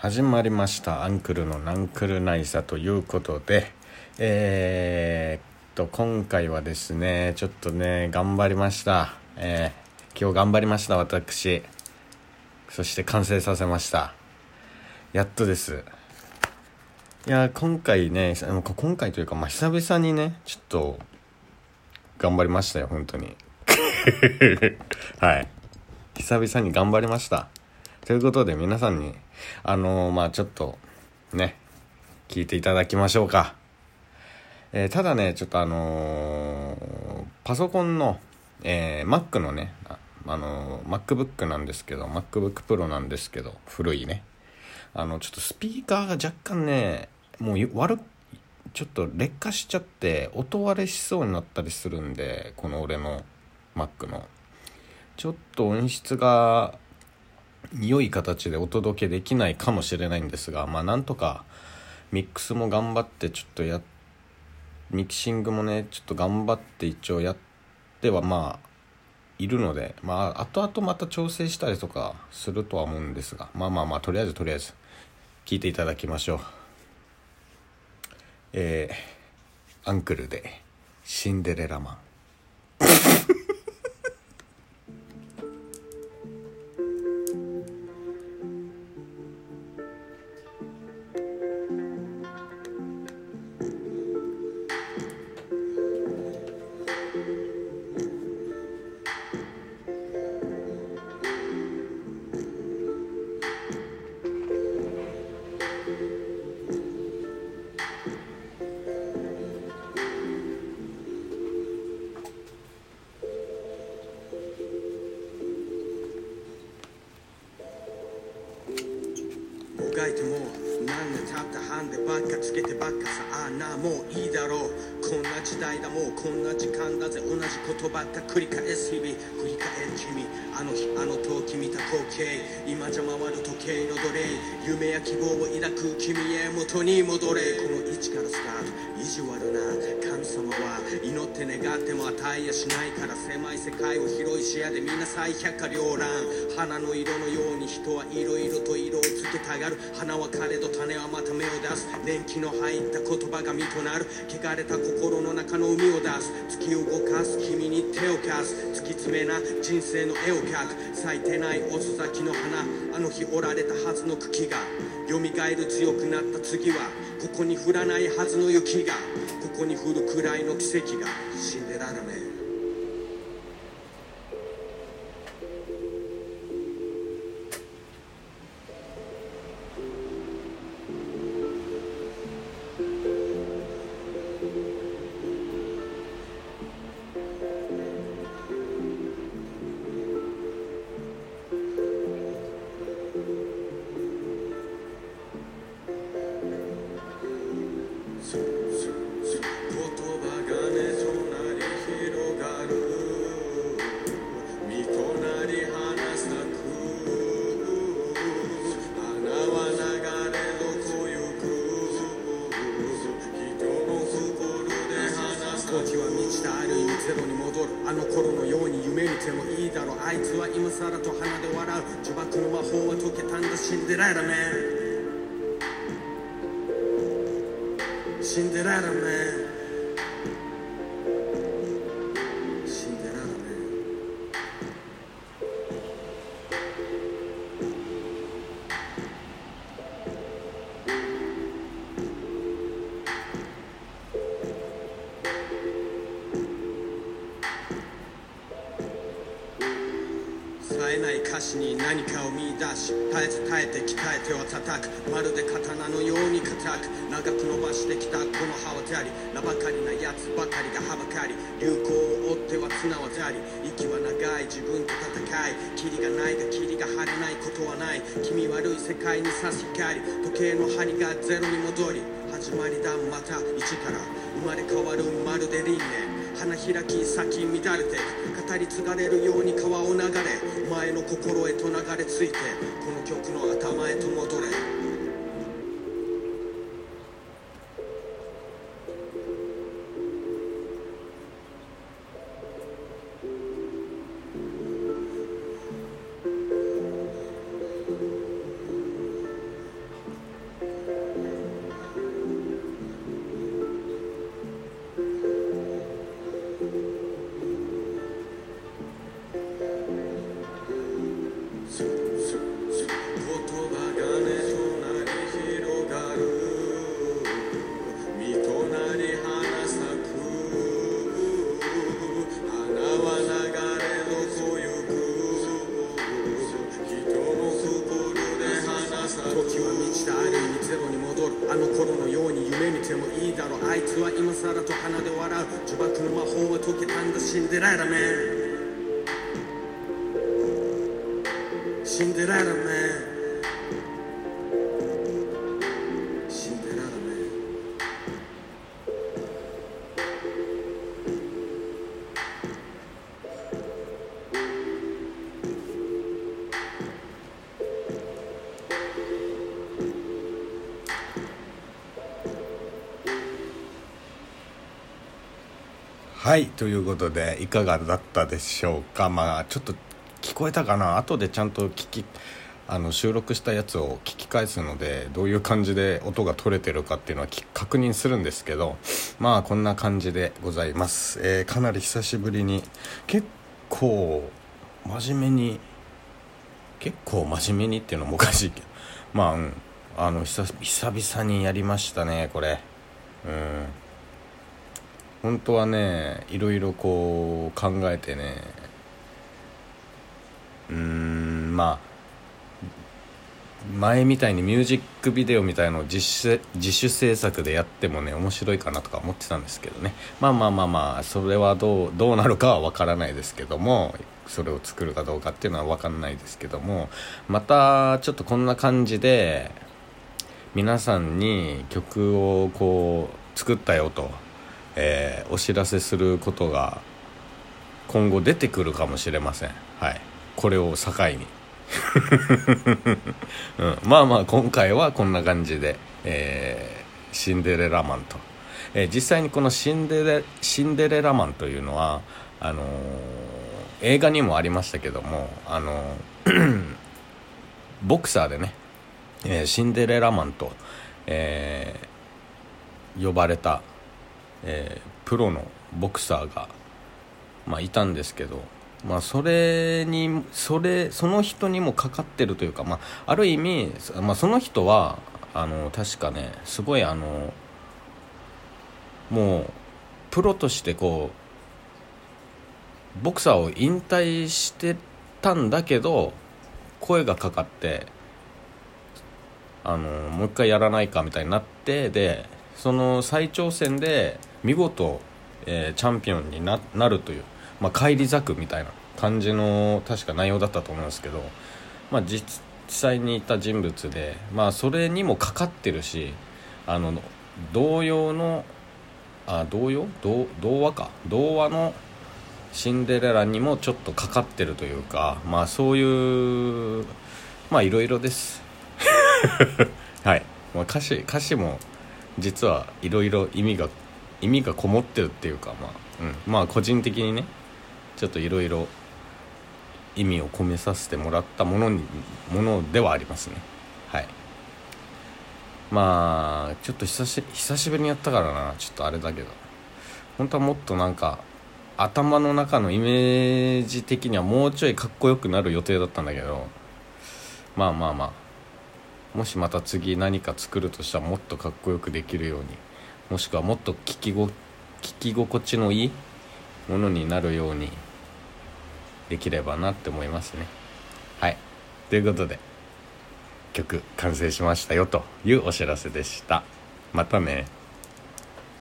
始まりましたアンクルのナンクルナイサということで今回はですねちょっとね頑張りました、今日頑張りました私。そして完成させました。やっとです。いや今回というか久々にねちょっと頑張りましたよ本当にはい久々に頑張りましたということで皆さんにちょっとね聞いていただきましょうか。ただねちょっとパソコンの、Mac のねMacBook なんですけど MacBook Pro なんですけど古いねちょっとスピーカーが若干ねもうちょっと劣化しちゃって音割れしそうになったりするんで、この俺の Mac のちょっと音質が良い形でお届けできないかもしれないんですが、なんとかミックスも頑張ってちょっとミキシングもねちょっと頑張って一応やってはいるので、後々また調整したりとかするとは思うんですが、とりあえず聞いていただきましょう。アンクルでシンデレラマンもがいても何年経ったハンデばっかつけてばっかさもういいだろうこんな時代だもうこんな時間だぜ同じことばっか繰り返す日々振り返る君あの日あの時見た光景今じゃ回る時計の奴隷夢や希望を抱く君へ元に戻れこの位置からスタート意地悪な神様は祈って願っても与えやしないから狭い世界を広い視野で見なさい百花繚乱花の色のように人はいろいろと色をつけたがる花は枯れど種はまた芽を出す年季の入った言葉が実となる汚れた心の中の海を出す突き動かす君に手を貸す突き詰めな人生の絵を描く咲いてない遅咲きの花あの日折られたはずの茎が蘇る強くなった次はここに降らないはずの雪がここに降るくらいの奇跡がシンデレラね時は満ちたある意味ゼロに戻るあの頃のように夢見てもいいだろうあいつは今さらと鼻で笑う呪縛の魔法は解けたんだシンデレラねシンデレラね冴えない歌詞に何かを見出し絶えず耐えて鍛えては叩くまるで刀のように硬く長く伸ばしてきたこの葉は砂利名ばかりなやつばかりがはばかり流行を追っては綱は砂利息は長い自分と戦いキリがないがキリが晴れないことはない気味悪い世界に差し光時計の針がゼロに戻り始まりだまた一から生まれ変わるまるで輪廻花開き咲き乱れて語り継がれるように川を流れ前の心へと流れ着いてこの曲の頭へと戻れあの頃のように夢見てもいいだろう。あいつは今更と鼻で笑う。呪縛の魔法は解けたんだ。シンデレラメン、シンデレラメン、シンデレラメン。 はい、ということでいかがだったでしょうか。まあちょっと聞こえたかな。後でちゃんと収録したやつを聞き返すので、どういう感じで音が取れてるかっていうのは確認するんですけど、まあこんな感じでございます。かなり久しぶりに結構真面目にっていうのもおかしいけど、まあ、久々にやりましたねこれ。本当はね、いろいろこう考えてね、まあ前みたいにミュージックビデオみたいのを自主制作でやってもね面白いかなとか思ってたんですけどね。まあそれはどうなるかは分からないですけども、それを作るかどうかっていうのは分かんないですけども、またちょっとこんな感じで皆さんに曲をこう作ったよと、お知らせすることが今後出てくるかもしれません。はい、これを境にまあ今回はこんな感じで、シンデレラマンと、実際にこのシンデレラマンというのは映画にもありましたけども、ボクサーでね、シンデレラマンと、呼ばれた、プロのボクサーが、いたんですけど、その人にもかかってるというか、ある意味、その人は確かね、すごいもうプロとしてこうボクサーを引退してたんだけど、声がかかってもう一回やらないかみたいになって、でその再挑戦で見事、チャンピオンに なるという、返り咲くみたいな感じの確か内容だったと思うんですけど、実際にいた人物で、それにもかかってるし、童話のシンデレラにもちょっとかかってるというか、そういういろいろですはい、歌詞も実はいろいろ意味がこもってるっていうか、個人的にねちょっといろいろ意味を込めさせてもらったものではありますね。はい、ちょっと久しぶりにやったからな、ちょっとあれだけど、本当はもっとなんか頭の中のイメージ的にはもうちょいかっこよくなる予定だったんだけど、もしまた次何か作るとしたらもっとかっこよくできるように、もしくはもっと聞き心地のいいものになるようにできればなって思いますね。はい、ということで曲完成しましたよというお知らせでした。またね。